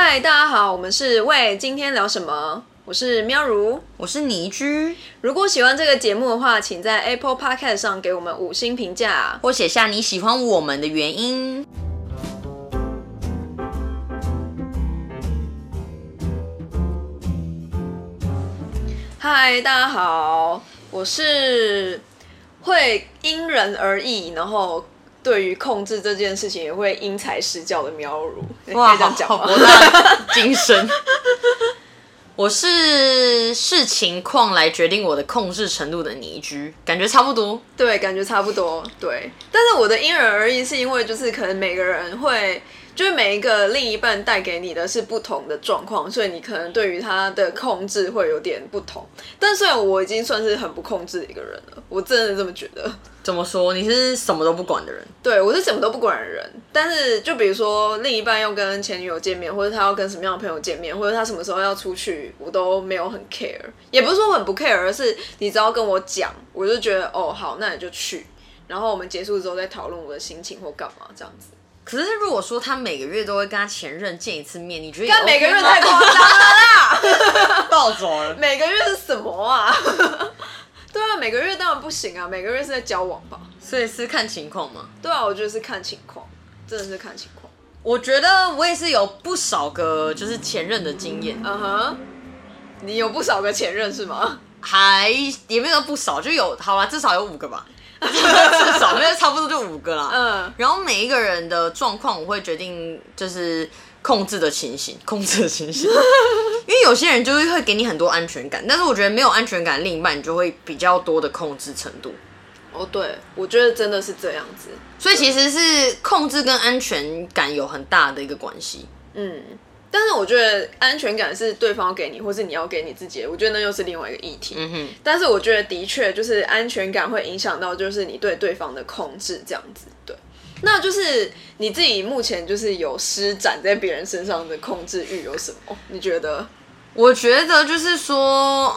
嗨，大家好，我们是喂，今天聊什么？我是喵如， 我是倪居。 如果喜欢这个节目的话，请在 Apple Podcast 上给我们5星评价， 或写下你喜欢我们的原因。 嗨，大家好，我是会因人而异，然后对于控制这件事情也会因材施教的喵如。 哇， 可以这样讲吗？ 好博大精深。我是视情况来决定我的控制程度的倪居，感觉差不多。 对，感觉差不多。对，但是我的因人而异，是因为就是可能每个人会，就是每一个另一半带给你的是不同的状况，所以你可能对于他的控制会有点不同。但虽然我已经算是很不控制的一个人了，我真的这么觉得。 怎么说？你是什么都不管的人？ 对，我是什么都不管的人。但是就比如说另一半要跟前女友见面，或者他要跟什么样的朋友见面，或者他什么时候要出去，我都没有很 care。也不是说我很不 care，而是你只要跟我讲，我就觉得哦好，那你就去。然后我们结束之后再讨论我的心情或干嘛这样子。 可是如果说他每个月都会跟他前任见一次面，你觉得但每个月太夸张了啦！ 暴走了。 每个月是什么啊？对啊，每个月当然不行啊，每个月是在交往吧。 所以是看情况吗？ 对啊，我觉得是看情况，真的是看情况。 我觉得我也是有不少个就是前任的经验。 嗯哼，你有不少个前任是吗？ 还也没有不少，就有好啦，至少有5个吧。至少没有差不多就5个啦。 嗯， 然后每一个人的状况，我会决定就是控制的情形。因为有些人就是会给你很多安全感，但是我觉得没有安全感的另一半，你就会比较多的控制程度。 哦，对，我觉得真的是这样子。 所以其实是控制跟安全感有很大的一个关系。 嗯，但是我觉得安全感是对方要给你，或是你要给你自己的，我觉得那又是另外一个议题。 嗯哼。 但是我觉得的确就是安全感会影响到就是你对对方的控制这样子。对，那就是你自己目前就是有施展在别人身上的控制欲有什么？你觉得？ 我觉得就是说，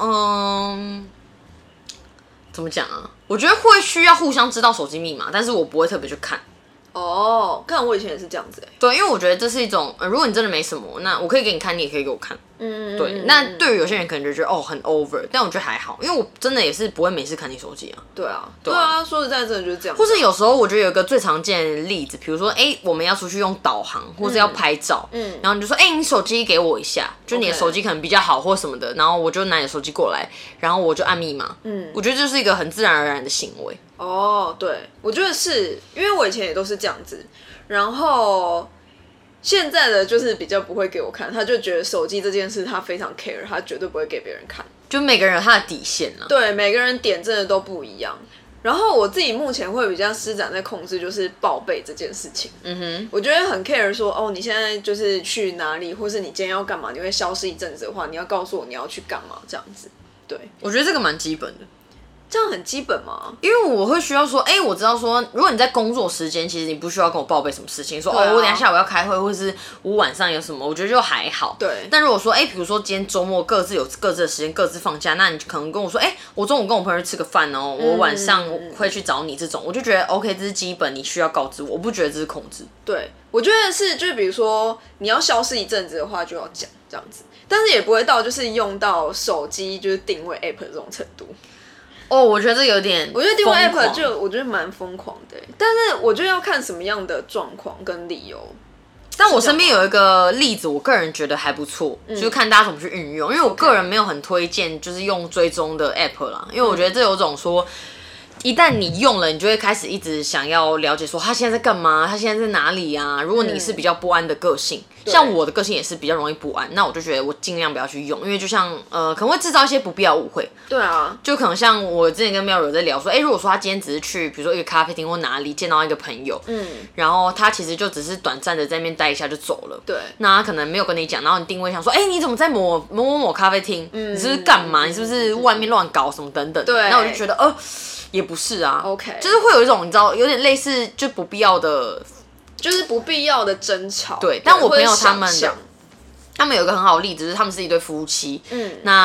怎么讲啊？我觉得会需要互相知道手机密码，但是我不会特别去看。 哦，看我以前也是这样子对，因为我觉得这是一种，如果你真的没什么，那我可以给你看，你也可以给我看。对。那对于有些人可能就觉得很 over，但我觉得还好，因为我真的也是不会没事看你手机啊。 对啊，说实在，真的就是这样。 或是有时候我觉得有一个最常见的例子，比如说，我们要出去用导航，或是要拍照，然后你就说，你手机给我一下，就你的手机可能比较好或什么的，然后我就拿你的手机过来，然后我就按密码。我觉得这是一个很自然而然的行为。 哦，对，我觉得是因为我以前也都是这样子，然后现在的就是比较不会给我看，他就觉得手机这件事他非常 care， 他绝对不会给别人看。 就每个人有他的底线啦。 对，每个人点真的都不一样。然后我自己目前会比较施展在控制，就是报备这件事情。我觉得很 care 说，你现在就是去哪里，或是你今天要干嘛，你会消失一阵子的话，你要告诉我你要去干嘛，这样子。对， 我觉得这个蛮基本的。 这样很基本吗？ 因为我会需要说，我知道说，如果你在工作时间，其实你不需要跟我报备什么事情，说我等一下下午要开会，或是我晚上有什么，我觉得就还好。 对。 但如果说，比如说今天周末各自有各自的时间，各自放假，那你可能跟我说，我中午跟我朋友去吃个饭哦，我晚上会去找你，这种我就觉得 OK， 这是基本，你需要告知我，我不觉得这是控制。 对，我觉得是，就是比如说你要消失一阵子的话，就要讲这样子，但是也不会到就是用到手机就是定位 app 这种程度。 我觉得这有点， 我觉得定位 app 就我觉得蛮疯狂的，但是我觉得要看什么样的状况跟理由。 但我身边有一个例子，我个人觉得还不错，就是看大家怎么去运用。因为我个人没有很推荐就是用追踪的 app 啦，因为我觉得这有种说，一旦你用了，你就会开始一直想要了解说他现在在干嘛，他现在在哪里啊。如果你是比较不安的个性，像我的个性也是比较容易不安，那我就觉得我尽量不要去用，因为就像可能会制造一些不必要误会。 对啊， 就可能像我之前跟喵友在聊说，如果说他今天只是去比如说一个咖啡厅或哪里见到一个朋友，然后他其实就只是短暂的在那边待一下就走了， 对， 那他可能没有跟你讲，然后你定位想说，你怎么在某咖啡厅？你是不是干嘛？你是不是外面乱搞什么等等？ 对， 那我就觉得也不是啊 ，OK， 就是会有一种你知道有点类似就不必要的， 就是不必要的争吵。 对，但我朋友他们有一个很好的例子，就是他们是一对夫妻，那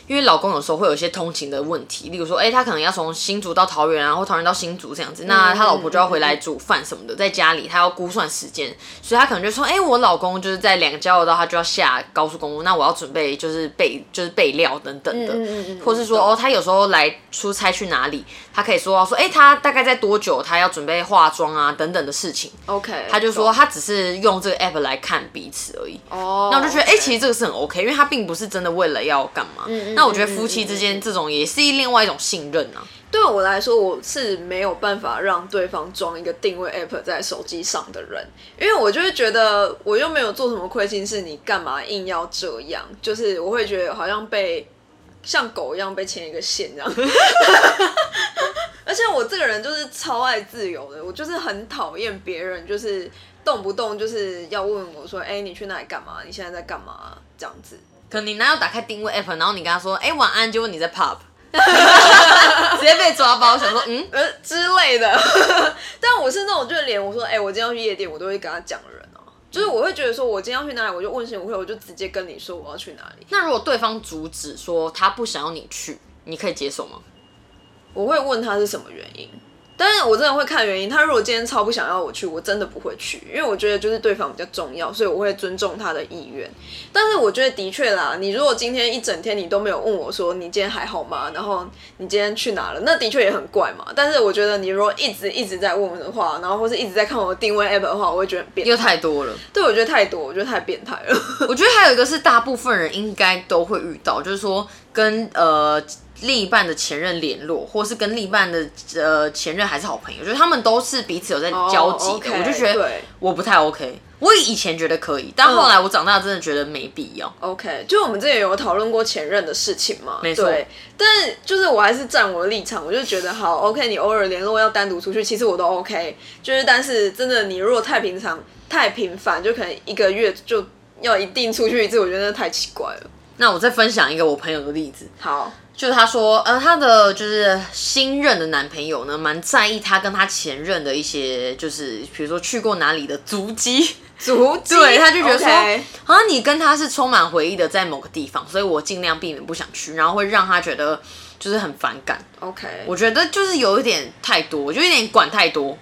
因为老公有时候会有一些通勤的问题，例如说，他可能要从新竹到桃园，然后桃园到新竹这样子，那他老婆就要回来煮饭什么的，在家里他要估算时间，所以他可能就说，我老公就是在2个交流道，他就要下高速公路，那我要准备就是备料等等的，或是说他有时候来出差去哪里，他可以说他大概在多久，他要准备化妆啊等等的事情。 OK， 他就说他只是用这个 app 来看彼此而已。那我就觉得其实这个是很 OK， 因为他并不是真的为了要干嘛。那我觉得夫妻之间这种也是另外一种信任啊。 对我来说，我是没有办法让对方装一个定位 app 在手机上的人，因为我就会觉得我又没有做什么亏心事，你干嘛硬要这样？就是我会觉得好像像狗一样被牵一个线这样。而且我这个人就是超爱自由的，我就是很讨厌别人就是动不动就是要问我说，你去哪里干嘛？你现在在干嘛？这样子。 可能你男友打开定位 app， 然后你跟他说，晚安，结果你在 pub。直接被抓包，想说之类的。但我是那种就是连我说我今天要去夜店，我都会跟他讲的人哦。就是我会觉得说我今天要去哪里，我就问心无愧，我就直接跟你说我要去哪里。 那如果对方阻止说他不想要你去，你可以接受吗？ 我会问他是什么原因。但是我真的会看原因，他如果今天超不想要我去，我真的不会去，因为我觉得就是对方比较重要，所以我会尊重他的意愿。但是我觉得的确啦，你如果今天一整天你都没有问我说你今天还好吗，然后你今天去哪了，那的确也很怪嘛。但是我觉得你如果一直在问我的话，然后或是一直在看我的定位 app 的话，我会觉得很变态。 又太多了。 对，我觉得太多，我觉得太变态了。 我觉得还有一个是大部分人应该都会遇到，就是说跟另一半的前任联络，或是跟另一半的前任还是好朋友，就是他们都是彼此有在交集的。我就觉得我不太 OK。我以前觉得可以，但后来我长大真的觉得没必要。 OK， 就我们之前有讨论过前任的事情嘛， 没错。 对，但是就是我还是站我的立场，我就觉得好 OK， 你偶尔联络要单独出去，其实我都 OK。就是但是真的，你如果太平常、太频繁，就可能1个月就要一定出去一次，我觉得那太奇怪了。 那我再分享一个我朋友的例子。 好。 就是他说，他的就是新任的男朋友呢，蛮在意他跟他前任的一些，就是比如说去过哪里的足迹。对，他就觉得说，你跟他是充满回忆的，在某个地方，所以我尽量避免不想去，然后会让他觉得就是很反感。 OK， 我觉得就是有一点太多，我就有点管太多。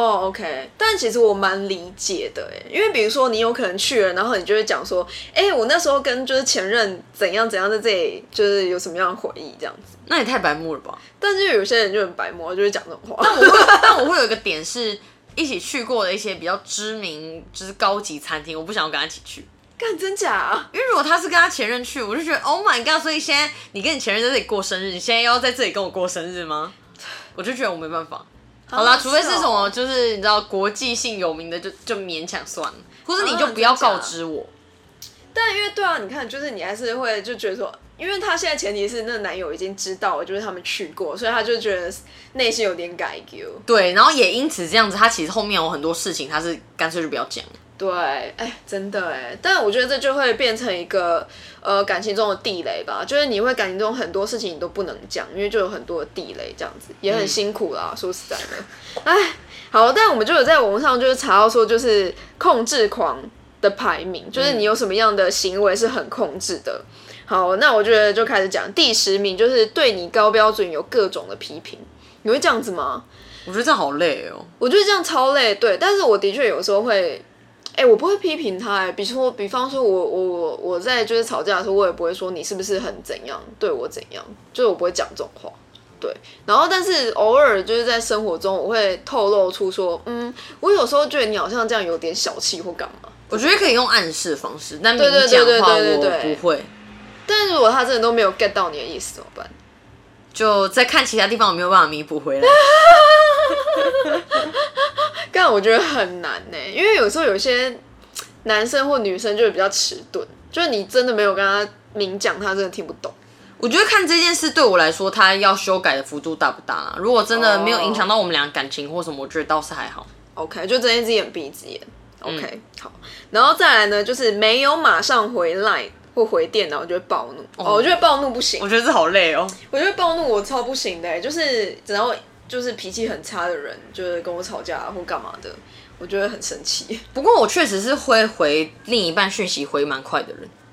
OK， 但其实我蛮理解的因为比如说你有可能去了，然后你就会讲说，我那时候跟就是前任怎样怎样在这里，就是有什么样的回忆这样子。 那也太白目了吧？ 但是有些人就很白目，就会讲这种话。 但我会有一个点是，一起去过的一些比较知名就是高级餐厅，我不想要跟他一起去。 干真假啊？ 因为如果他是跟他前任去，我就觉得 Oh my god！ 所以现在你跟你前任在这里过生日，你现在又要在这里跟我过生日吗？我就觉得我没办法。好啦，除非是什么就是你知道国际性有名的就勉强算了，或者你就不要告知我。 但因为对啊，你看就是你还是会就觉得说，因为他现在前提是那个男友已经知道了，就是他们去过，所以他就觉得内心有点改丢。 对，然后也因此这样子，他其实后面有很多事情，他是干脆就不要讲。 对，真的但我觉得这就会变成一个感情中的地雷吧，就是你会感情中很多事情你都不能讲，因为就有很多的地雷，这样子也很辛苦啦。说实在的，好，但我们就有在网上就是查到说，就是控制狂的排名，就是你有什么样的行为是很控制的。好，那我觉得就开始讲第10名，就是对你高标准有各种的批评。你会这样子吗？ 我觉得这样好累哦。 我觉得这样超累，对，但是我的确有时候会。我不会批评他比方说我在就是吵架的时候，我也不会说你是不是很怎样对我怎样，就是我不会讲这种话，对。然后但是偶尔就是在生活中，我会透露出说，我有时候觉得你好像这样有点小气或干嘛。 我觉得可以用暗示的方式，但明讲话我不会。 但是如果他真的都没有 get 到你的意思怎么办？ 就在看其他地方有没有办法弥补回来。 但我觉得很难因为有时候有些男生或女生就会比较迟钝，就是你真的没有跟他明讲，他真的听不懂。 我觉得看这件事对我来说，他要修改的幅度大不大啦？如果真的没有影响到我们俩感情或什么，我觉得倒是还好。 OK， 就睁一只眼闭一只眼。OK，好，然后再来呢，就是没有马上回来或回电脑，我就会暴怒。我觉得暴怒不行。 我觉得这好累哦。 我觉得暴怒我超不行的就是只要就是脾气很差的人，就是跟我吵架或干嘛的，我就会很生气。 不过我确实是会回另一半讯息回蛮快的人。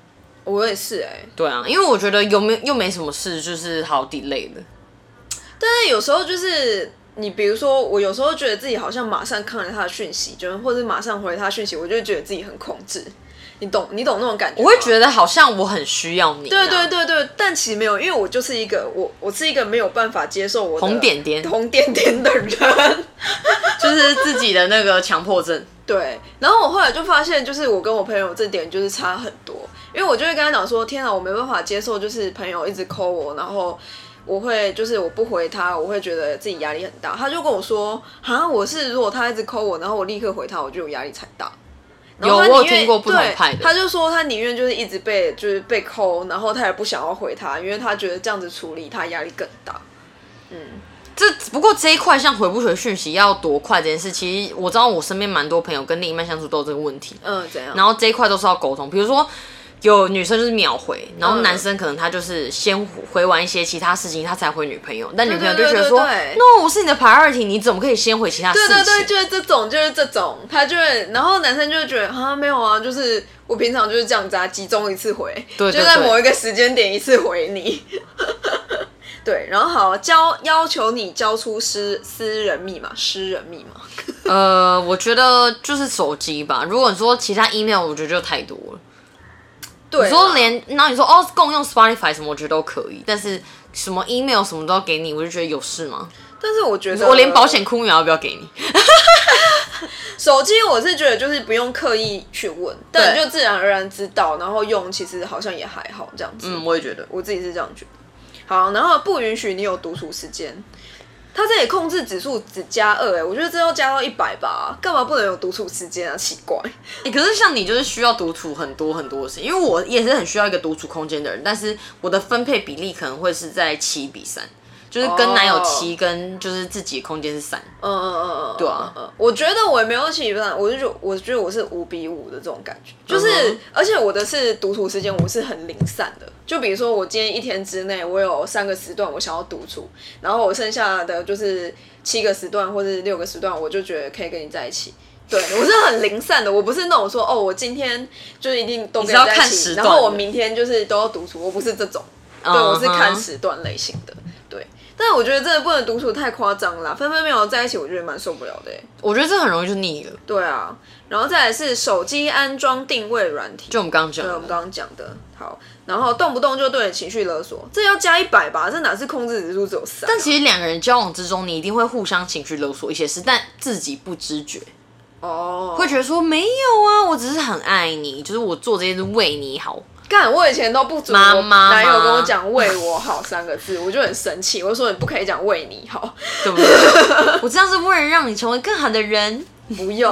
我也是对啊，因为我觉得又没什么事，就是好 delay 的。 但是有时候就是你比如说，我有时候觉得自己好像马上看了他的讯息，或者马上回他讯息，我就觉得自己很控制。你懂那种感觉吗？ 我会觉得好像我很需要你。 对，但其实没有，因为我就是一个我是一个没有办法接受我的红点点的人， 就是自己的那个强迫症。 对，然后我后来就发现，就是我跟我朋友这点就是差很多，因为我就会跟他讲说，天啊，我没办法接受，就是朋友一直 call 我，然后我会就是我不回他，我会觉得自己压力很大。他就跟我说，如果他一直 call 我，然后我立刻回他，我就有压力才大。 有，我有听过不同派的。 他就说他宁愿就是一直被扣，然后他也不想要回他，因为他觉得这样子处理他压力更大。 不过这一块像回不回讯息要多快这件事，其实我知道我身边蛮多朋友跟另一半相处都有这个问题。 怎样？ 然后这一块都是要沟通，比如说有女生就是秒回，然后男生可能他就是先回完一些其他事情，他才回女朋友，但女朋友就觉得说 ，No， 我是你的 priority， 你怎么可以先回其他事情？ 对，就是这种，他就会，然后男生就会觉得没有啊，就是我平常就是这样子啊，集中一次回， 对， 就在某一个时间点一次回你。对，然后好要求你交出私人密码。 我觉得就是手机吧。如果你说其他 email， 我觉得就太多了。 对， 你说然后你说共用 Spotify 什么，我觉得都可以，但是什么 email 什么都要给你，我就觉得有事吗？ 但是我觉得我连保险库要不要给你？ 手机我是觉得就是不用刻意去问，但你就自然而然知道，然后用其实好像也还好这样子。 我也觉得， 我自己是这样觉得。好，然后不允许你有独处时间。他这里控制指数只加2，我觉得这要加到100吧，干嘛不能有独处时间啊？奇怪。 可是像你就是需要独处很多的时间，因为我也是很需要一个独处空间的人，但是我的分配比例可能会是在7:3。就是跟男友7，跟就是自己的空间是3。对啊。 我觉得我也没有7:3，我觉得我是5:5的这种感觉，就是而且我的是独处时间，我是很零散的。就比如说我今天一天之内，我有3个时段我想要独处，然后我剩下的就是7个时段或者6个时段，我就觉得可以跟你在一起。对，我是很零散的，我不是那种说我今天就是一定都跟你在一起，然后我明天就是都要独处，我不是这种。对，我是看时段类型的。对，但我觉得真的不能独处太夸张啦，分分秒在一起，我觉得蛮受不了的。 我觉得这很容易就腻了。 对啊，然后再来是手机安装定位软体， 就我们刚刚讲的。 对，我们刚刚讲的。好，然后动不动就对你情绪勒索，这要加100吧？这哪是控制指数只有3？ 但其实2个人交往之中，你一定会互相情绪勒索一些事，但自己不知觉。会觉得说没有啊，我只是很爱你，就是我做这些是为你好。 干，我以前都不准我男友跟我讲为我好3个字，我就很生气，我就说你不可以讲为你好， 对不对？我这样是为了让你成为更好的人， 不用。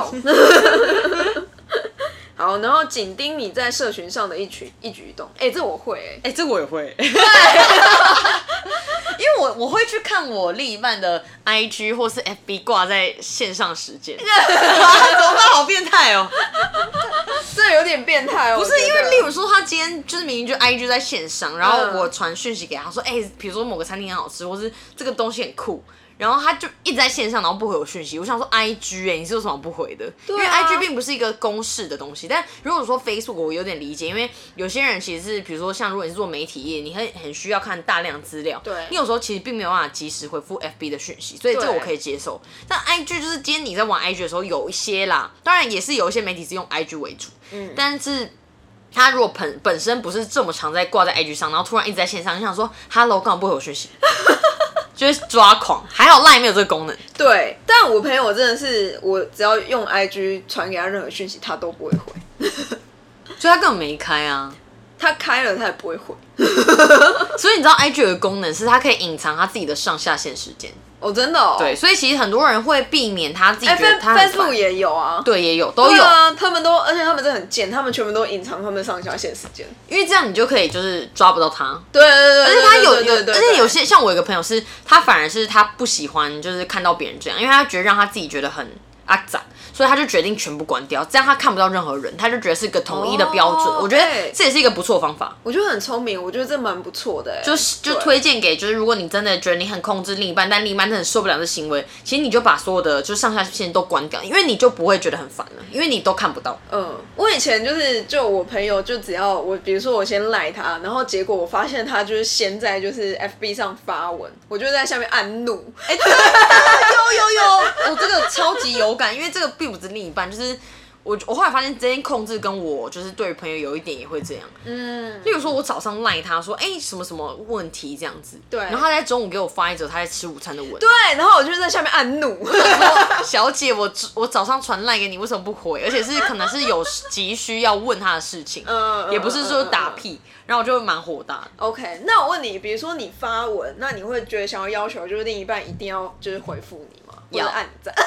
好，然后紧盯你在社群上的一举一动，这我会， 这我也会，对，因为我会去看我另一半的 IG 或是 FB 挂在线上时间，怎么办？好变态哦， 这有点变态哦。 不是因为，例如说他今天就是明明就 IG 在线上，然后我传讯息给他说，比如说某个餐厅很好吃，或是这个东西很酷。然后他就一直在线上，然后不回我讯息。我想说 IG 你是有什么不回的？因为 IG 并不是一个公式的东西。但如果说 Facebook 我有点理解，因为有些人其实是，比如说像如果你是做媒体业，你很需要看大量资料。 对。 你有时候其实并没有办法及时回复 FB 的讯息，所以这我可以接受。但 IG 就是今天你在玩 IG 的时候有一些啦，当然也是有一些媒体是用 IG 为主，但是。他如果本身不是这么常在挂在 IG 上，然后突然一直在线上，你想说 Hello 干嘛不回我讯息？就会抓狂。还好 LINE 没有这个功能。 对，但我朋友真的是，我只要用 IG 传给他任何讯息，他都不会回。 所以他根本没开啊。 他开了，他也不会回。 所以你知道 IG 有个功能是它可以隐藏他自己的上下线时间。 真的哦。 对，所以其实很多人会避免他自己觉得他很烦。 Facebook 也有啊。 对，也有，都有。 啊，而且他们真的很贱，他们全部都隐藏他们上下线时间， 因为这样你就可以就是抓不到他。 对，而且他而且有些像我有个朋友是，他反而是他不喜欢就是看到别人这样，因为他觉得让他自己觉得很阿杂， 所以他就决定全部关掉，这样他看不到任何人，他就觉得是一个统一的标准。我觉得这也是一个不错的方法。 我觉得很聪明，我觉得这蛮不错的。 就推荐给就是如果你真的觉得你很控制另一半，但另一半真的受不了这行为，其实你就把所有的就上下线都关掉，因为你就不会觉得很烦了，因为你都看不到。 我以前就我朋友就只要我比如说我先赖他，然后结果我发现他就是先在就是 FB 上发文，我就在下面按怒。 有，我这个超级有感，因为这个并不是另一半，就是我后来发现这件控制跟我就是对于朋友有一点也会这样。例如说我早上赖他说什么什么问题这样子， 对， 然后他在中午给我发一则他在吃午餐的文， 对，然后我就在下面按怒， 说小姐我早上传赖给你为什么不回，而且是可能是有急需要问他的事情，也不是说打屁。然后我就蛮火大的。 OK， 那我问你，比如说你发文，那你会觉得想要求就是另一半一定要就是回复你吗？或者按赞？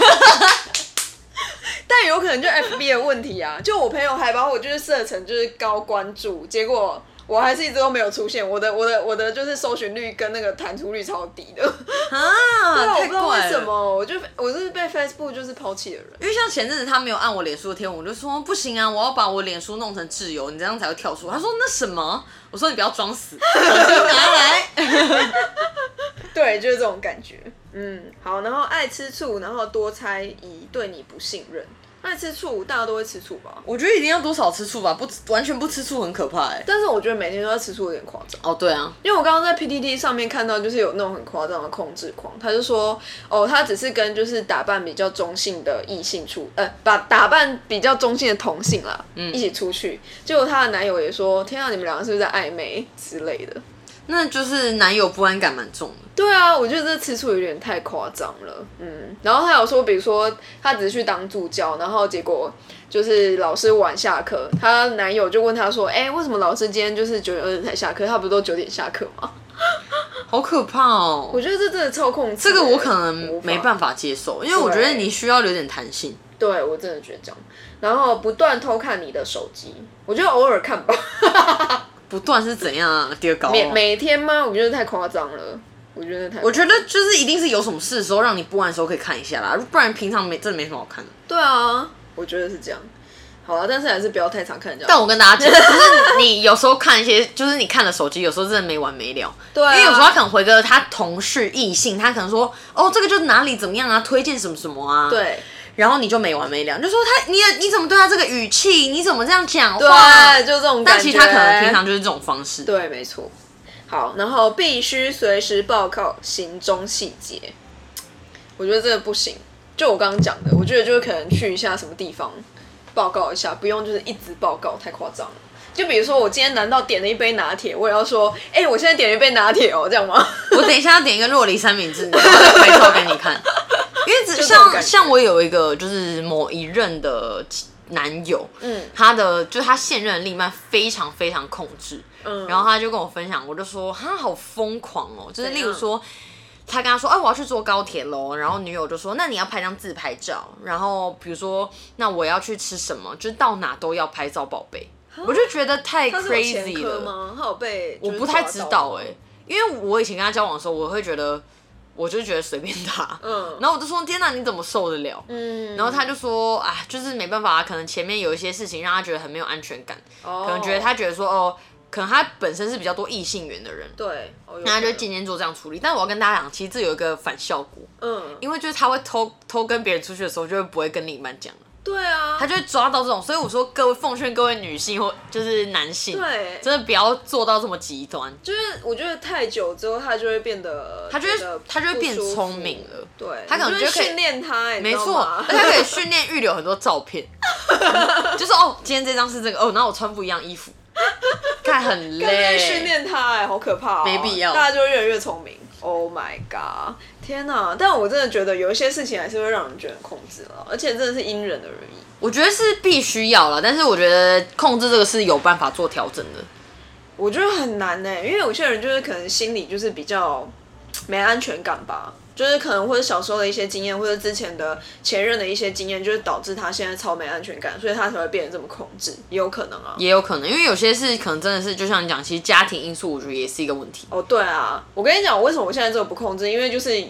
但有可能就 FB 的问题啊，就我朋友还把我就是设成就是高关注，结果我还是一直都没有出现，我的就是搜寻率跟那个弹出率超低的啊， 对啊，我太不知道为怪了。 什么，我是被 Facebook 就是抛弃的人。 因为像前阵子他没有按我脸书的贴文，我就说不行啊，我要把我脸书弄成挚友，你这样才会跳出。他说那什么？我说你不要装死，手机拿来。 对，就是这种感觉。好，然后爱吃醋，然后多猜疑，对你不信任。爱吃醋，大家都会吃醋吧？ 我觉得一定要多少吃醋吧，完全不吃醋很可怕但是我觉得每天都在吃醋有点夸张。 哦，对啊， 因为我刚刚在 PTT 上面看到，就是有那种很夸张的控制狂，他就说，他只是跟就是打扮比较中性的异性把打扮比较中性的同性啦，一起出去，结果她的男友也说，天啊，你们两个是不是在暧昧之类的？ 那就是男友不安感蛮重的。 对啊，我觉得这吃醋有点太夸张了。然后他有说，比如说他只是去当助教，然后结果就是老师晚下课，她男友就问他说：“为什么老师今天就是9点20才下课？他不是都9点下课吗？” 好可怕哦！ 我觉得这真的超控制。 这个我可能没办法接受，因为我觉得你需要有点弹性。 对，我真的觉得这样。然后不断偷看你的手机，我觉得偶尔看吧。 不断是怎样啊？第二高每天吗？我觉得太夸张了。我觉得就是一定是有什么事的时候让你不安的时候可以看一下啦，不然平常真的没什么好看的。 对啊，我觉得是这样。好啊，但是还是不要太常看人家。 但我跟大家讲，就是你有时候看一些，就是你看了手机，有时候真的没完没了。 对、啊， 因为有时候他可能回个他同事异性，他可能说这个就是哪里怎么样啊，推荐什么什么啊。 对。 然后你就没完没了，就说你怎么对他这个语气，你怎么这样讲话？ 对，就这种感觉。 但其实他可能平常就是这种方式。 对，没错。好，然后必须随时报告行踪细节，我觉得这个不行。就我刚刚讲的，我觉得就是可能去一下什么地方报告一下，不用就是一直报告，太夸张了。就比如说我今天难道点了一杯拿铁，我也要说，我现在点了一杯拿铁哦，这样吗？ 我等一下要点一个洛梨三明治，然后再拍照给你看。因为像我有一个就是某一任的男友，他现任的另一半非常非常控制，然后他就跟我分享，我就说他好疯狂哦，就是例如说。他跟他说：“我要去坐高铁咯。”然后女友就说：“那你要拍张自拍照。”然后比如说：“那我要去吃什么？就是到哪都要拍照宝贝。”我就觉得太 crazy 了。 吗？他有被？ 我不太知道因为我以前跟他交往的时候，我会觉得。我就觉得随便他，然后我就说天哪，你怎么受得了？然后他就说，就是没办法，可能前面有一些事情让他觉得很没有安全感，可能觉得说可能他本身是比较多异性缘的人， 对， 那他就渐渐做这样处理。但我要跟大家讲，其实这有一个反效果，因为就是他会偷跟别人出去的时候，就会不会跟另一半讲了。 对啊， 他就会抓到这种，所以我说奉劝各位女性或就是男性， 对， 真的不要做到这么极端。 就是我觉得太久之后，他就会变得， 他就会变聪明了。 对， 他可能就训练他， 没错，而且他可以训练预留很多照片，就是今天这张是这个然后我穿不一样衣服，看很累。 训练他好可怕没必要， 大家就越来越聪明。Oh my god！ 天哪！但我真的觉得有一些事情还是会让人觉得很控制了，而且真的是因人而异。 我觉得是必须要了，但是我觉得控制这个是有办法做调整的。 我觉得很难因为有些人就是可能心里就是比较没安全感吧。就是可能或者小时候的一些经验，或者之前的前任的一些经验，就是导致他现在超没安全感，所以他才会变得这么控制，也有可能啊。 也有可能，因为有些事可能真的是，就像你讲，其实家庭因素，我觉得也是一个问题。 对啊，我跟你讲，为什么我现在这个不控制？因为就是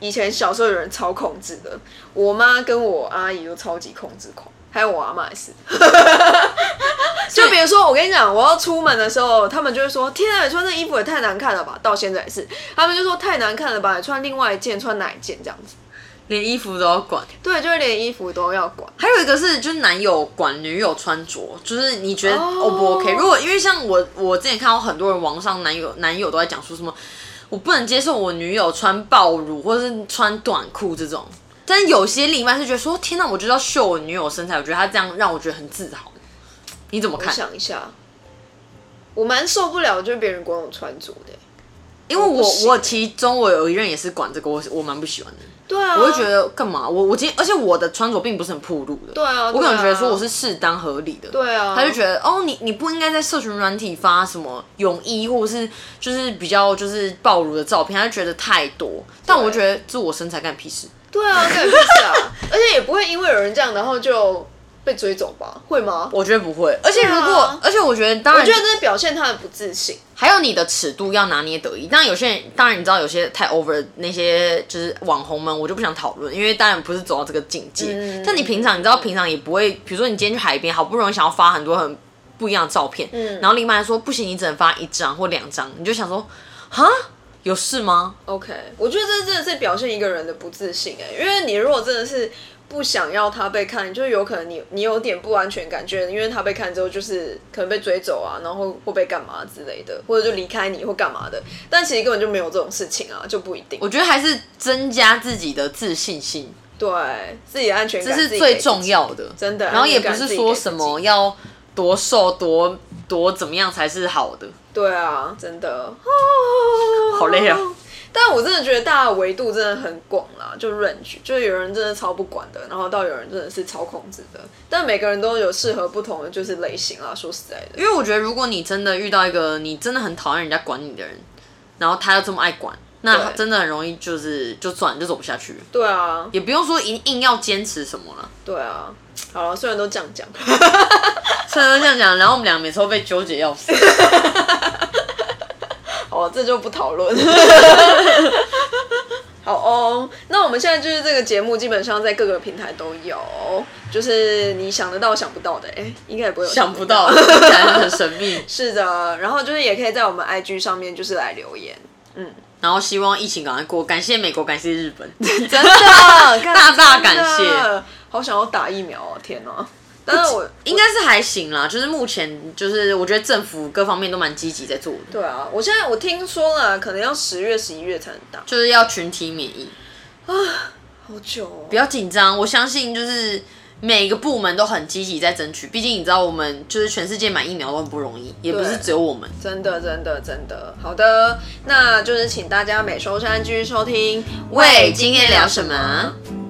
以前小时候有人超控制的，我妈跟我阿姨都超级控制狂，还有我阿嬷也是。就比如说，我跟你讲，我要出门的时候，他们就会说：“天啊，你穿这衣服也太难看了吧！”到现在也是，他们就说太难看了吧，你穿另外一件，穿哪一件这样子。 连衣服都要管， 对，就是连衣服都要管。 还有一个是，就是男友管女友穿着，就是你觉得 O 不 OK？如果因为像我之前看到很多人网上男友都在讲说什么，我不能接受我女友穿暴乳或者是穿短裤这种。但是有些另一半是觉得说，天哪，我就是要秀我女友身材，我觉得她这样让我觉得很自豪。你怎么看？ 我想一下，我蛮受不了就是别人管我穿着的， 因为我其中我有一任也是管这个，我蛮不喜欢的。 对啊， 我会觉得干嘛？我今天，而且我的穿着并不是很暴露的。 对啊， 我可能觉得说我是适当合理的。 对啊， 他就觉得哦，你不应该在社群软体发什么泳衣或者是就是比较就是暴露的照片，他就觉得太多。但我觉得这我身材干屁事。 对啊，干屁事啊！而且也不会因为有人这样，然后就被追走吧？会吗？ 我觉得不会。而且而且我觉得当然， 我觉得这是表现他的不自信。 还有你的尺度要拿捏得宜。当然有些人，当然你知道有些太 over 的那些就是网红们，我就不想讨论，因为当然不是走到这个境界。但你平常你知道平常也不会，比如说你今天去海边，好不容易想要发很多很不一样的照片，然后另一半说不行，你只能发1张或2张，你就想说，哈？有事吗 ？OK， 我觉得这真的是表现一个人的不自信因为你如果真的是不想要他被看，就有可能你有点不安全感，觉得因为他被看之后就是可能被追走啊，然后会被干嘛之类的，或者就离开你或干嘛的。但其实根本就没有这种事情啊，就不一定。 我觉得还是增加自己的自信心， 对自己的安全感， 这是最重要的， 真的。 然后也不是说什么要多瘦多怎么样才是好的。 对啊，真的， 好累啊！ 但我真的觉得大家的维度真的很广啦，就 range， 就有人真的超不管的，然后到有人真的是超控制的，但每个人都有适合不同的就是类型啦。说实在的， 因为我觉得如果你真的遇到一个你真的很讨厌人家管你的人，然后他又这么爱管，那真的很容易就转就走不下去。 对啊， 也不用说硬要坚持什么了。 对啊，好了，虽然都这样讲， 然后我们俩每次都被纠结要死。 哦，这就不讨论。好哦，那我们现在就是这个节目，基本上在各个平台都有，就是你想得到想不到的，应该也不会有想不到，听起来很神秘。 是的，然后就是也可以在我们 IG 上面就是来留言， 然后希望疫情赶快过，感谢美国，感谢日本， 真的大感谢， 好想要打疫苗哦，天哪！但是我应该是还行啦，就是目前就是我觉得政府各方面都蛮积极在做的。 对啊，我听说了，可能要10月、11月才能打， 就是要群体免疫啊，好久哦。 不要紧张，我相信就是每个部门都很积极在争取，毕竟你知道我们就是全世界买疫苗都很不容易，也不是只有我们。 真的。好的，那就是请大家每周三继续收听。 喂，今天聊什么？